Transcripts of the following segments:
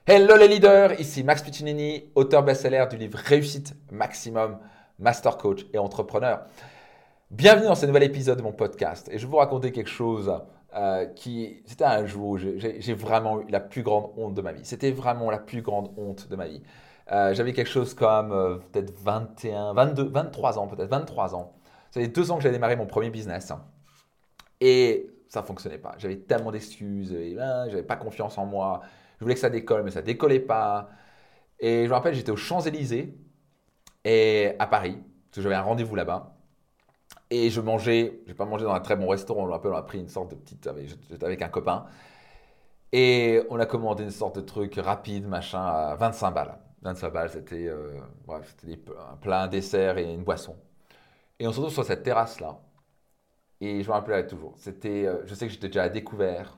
Hello les leaders, ici Max Piccinini, auteur best-seller du livre Réussite Maximum, Master Coach et Entrepreneur. Bienvenue dans ce nouvel épisode de mon podcast et je vais vous raconter quelque chose c'était un jour où j'ai vraiment eu la plus grande honte de ma vie. C'était vraiment la plus grande honte de ma vie. J'avais quelque chose comme peut-être 21, 22, 23 ans, peut-être 23 ans. Ça fait 2 ans que j'avais démarré mon premier business et ça ne fonctionnait pas. J'avais tellement d'excuses, j'avais pas confiance en moi. Je voulais que ça décolle, mais ça décollait pas. Et je me rappelle, j'étais aux Champs-Élysées et à Paris, parce que j'avais un rendez-vous là-bas. Et je mangeais, je n'ai pas mangé dans un très bon restaurant, je me rappelle, on a pris une sorte de petite, j'étais avec un copain. Et on a commandé une sorte de truc rapide, machin, à 25 balles. 25 balles, c'était un plat, un dessert et une boisson. Et on se retrouve sur cette terrasse-là. Et je me rappellerai toujours. Je sais que j'étais déjà à découvert.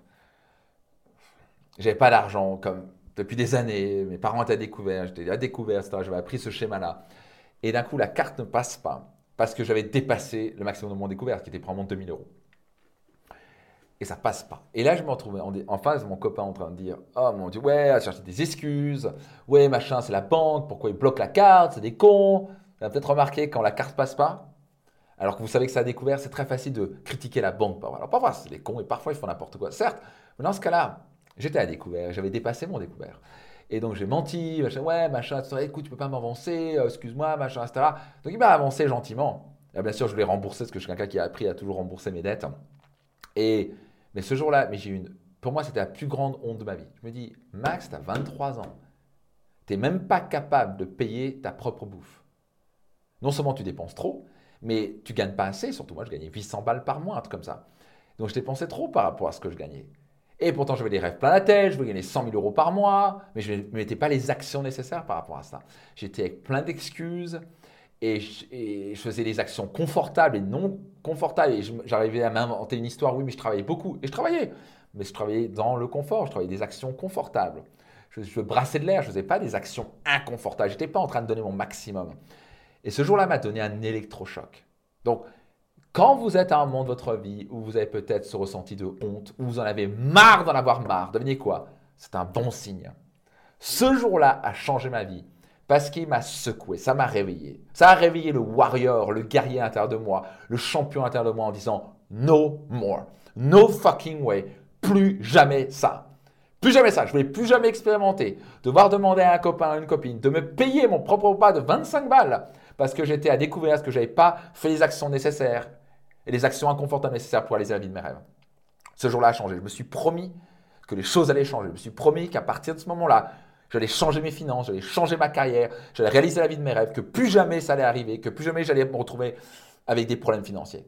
J'avais pas d'argent, comme depuis des années. Mes parents étaient à découvert, j'étais à découvert, etc. J'avais appris ce schéma-là. Et d'un coup, la carte ne passe pas parce que j'avais dépassé le maximum de mon découverte, qui était probablement 2000 euros. Et ça passe pas. Et là, je me retrouvais en face de mon copain en train de dire: oh mon Dieu, ouais, à chercher des excuses. Ouais, machin, c'est la banque. Pourquoi ils bloquent la carte? C'est des cons. Vous avez peut-être remarqué quand la carte passe pas, alors que vous savez que ça a découvert, c'est très facile de critiquer la banque. Alors parfois, c'est des cons et parfois, ils font n'importe quoi. Certes, mais dans ce cas-là, j'étais à découvert, j'avais dépassé mon découvert. Et donc j'ai menti, machin, ouais, machin, etc. Écoute, tu peux pas m'avancer, excuse-moi, machin, etc. Donc il m'a avancé gentiment. Et bien sûr, je voulais rembourser, parce que je suis quelqu'un qui a appris à toujours rembourser mes dettes. Mais ce jour-là, pour moi, c'était la plus grande honte de ma vie. Je me dis: Max, tu as 23 ans. Tu n'es même pas capable de payer ta propre bouffe. Non seulement tu dépenses trop, mais tu gagnes pas assez. Surtout moi, je gagnais 800 balles par mois, un truc comme ça. Donc je dépensais trop par rapport à ce que je gagnais. Et pourtant, j'avais des rêves plein la tête, je voulais gagner 100 000 euros par mois, mais je ne mettais pas les actions nécessaires par rapport à ça. J'étais avec plein d'excuses et je faisais des actions confortables et non confortables. Et j'arrivais à m'inventer une histoire. Oui, mais je travaillais beaucoup. Et je travaillais, mais je travaillais dans le confort, je travaillais des actions confortables. Je brassais de l'air, je ne faisais pas des actions inconfortables. Je n'étais pas en train de donner mon maximum. Et ce jour-là m'a donné un électrochoc. Donc, quand vous êtes à un moment de votre vie où vous avez peut-être ce ressenti de honte, où vous en avez marre d'en avoir marre, devinez quoi? C'est un bon signe. Ce jour-là a changé ma vie parce qu'il m'a secoué, ça m'a réveillé. Ça a réveillé le warrior, le guerrier à l'intérieur de moi, le champion à l'intérieur de moi en disant: no more, no fucking way, plus jamais ça. Plus jamais ça, je ne voulais plus jamais expérimenter, devoir demander à un copain, à une copine, de me payer mon propre repas de 25 balles parce que j'étais à découvrir, parce que je n'avais pas fait les actions nécessaires et les actions inconfortables nécessaires pour réaliser la vie de mes rêves. Ce jour-là a changé. Je me suis promis que les choses allaient changer. Je me suis promis qu'à partir de ce moment-là, j'allais changer mes finances, j'allais changer ma carrière, j'allais réaliser la vie de mes rêves, que plus jamais ça allait arriver, que plus jamais j'allais me retrouver avec des problèmes financiers.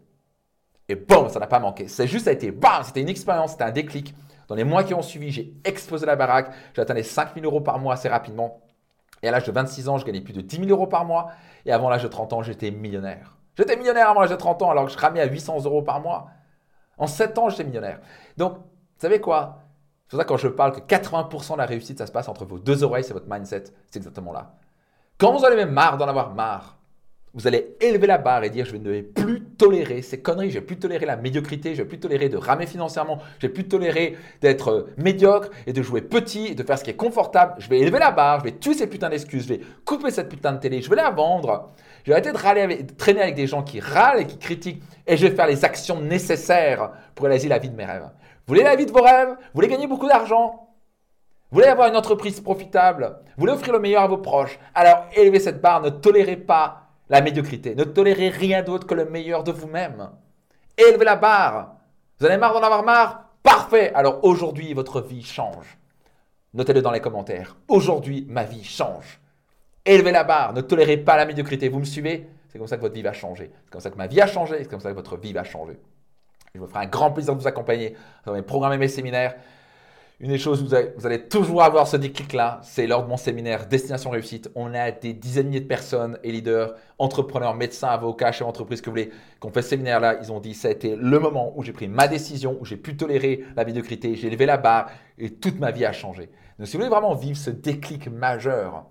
Et boum, ça n'a pas manqué. Ça a été bam, c'était une expérience, c'était un déclic. Dans les mois qui ont suivi, j'ai explosé la baraque. J'atteignais 5 000 euros par mois assez rapidement. Et à l'âge de 26 ans, je gagnais plus de 10 000 euros par mois. Et avant l'âge de 30 ans, j'étais millionnaire. J'étais millionnaire avant l'âge de 30 ans, alors que je ramais à 800 euros par mois. En 7 ans, j'étais millionnaire. Donc, vous savez quoi? C'est pour ça que quand je parle que 80% de la réussite, ça se passe entre vos deux oreilles, c'est votre mindset. C'est exactement là. Quand vous en avez marre d'en avoir marre, vous allez élever la barre et dire: je ne vais plus tolérer ces conneries, je ne vais plus tolérer la médiocrité, je ne vais plus tolérer de ramer financièrement, je ne vais plus tolérer d'être médiocre et de jouer petit et de faire ce qui est confortable. Je vais élever la barre, je vais tuer ces putains d'excuses, je vais couper cette putain de télé, je vais la vendre. Je vais arrêter de traîner avec des gens qui râlent et qui critiquent et je vais faire les actions nécessaires pour réaliser la vie de mes rêves. Vous voulez la vie de vos rêves? Vous voulez gagner beaucoup d'argent? Vous voulez avoir une entreprise profitable? Vous voulez offrir le meilleur à vos proches? Alors élevez cette barre, ne tolérez pas la médiocrité. Ne tolérez rien d'autre que le meilleur de vous-même. Élevez la barre. Vous en avez marre d'en avoir marre? Parfait. Alors aujourd'hui, votre vie change. Notez-le dans les commentaires. Aujourd'hui, ma vie change. Élevez la barre. Ne tolérez pas la médiocrité. Vous me suivez? C'est comme ça que votre vie va changer. C'est comme ça que ma vie a changé. C'est comme ça que votre vie va changer. Je me ferai un grand plaisir de vous accompagner dans mes programmes et mes séminaires. Une des choses où vous allez toujours avoir ce déclic-là, c'est lors de mon séminaire Destination Réussite. On a des dizaines de milliers de personnes et leaders, entrepreneurs, médecins, avocats, chefs d'entreprise que vous voulez, qui ont fait ce séminaire-là. Ils ont dit: ça a été le moment où j'ai pris ma décision, où j'ai pu tolérer la médiocrité, j'ai élevé la barre et toute ma vie a changé. Donc si vous voulez vraiment vivre ce déclic majeur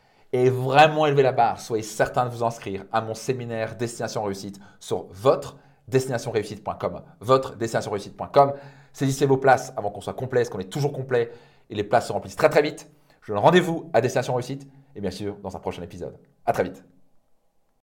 et vraiment élever la barre, soyez certain de vous inscrire à mon séminaire Destination Réussite sur votre-destinationreussite.com. Votre-destinationreussite.com. Saisissez vos places avant qu'on soit complet, parce qu'on est toujours complet et les places se remplissent très très vite. Je donne rendez-vous à Destination Réussite et bien sûr dans un prochain épisode. À très vite.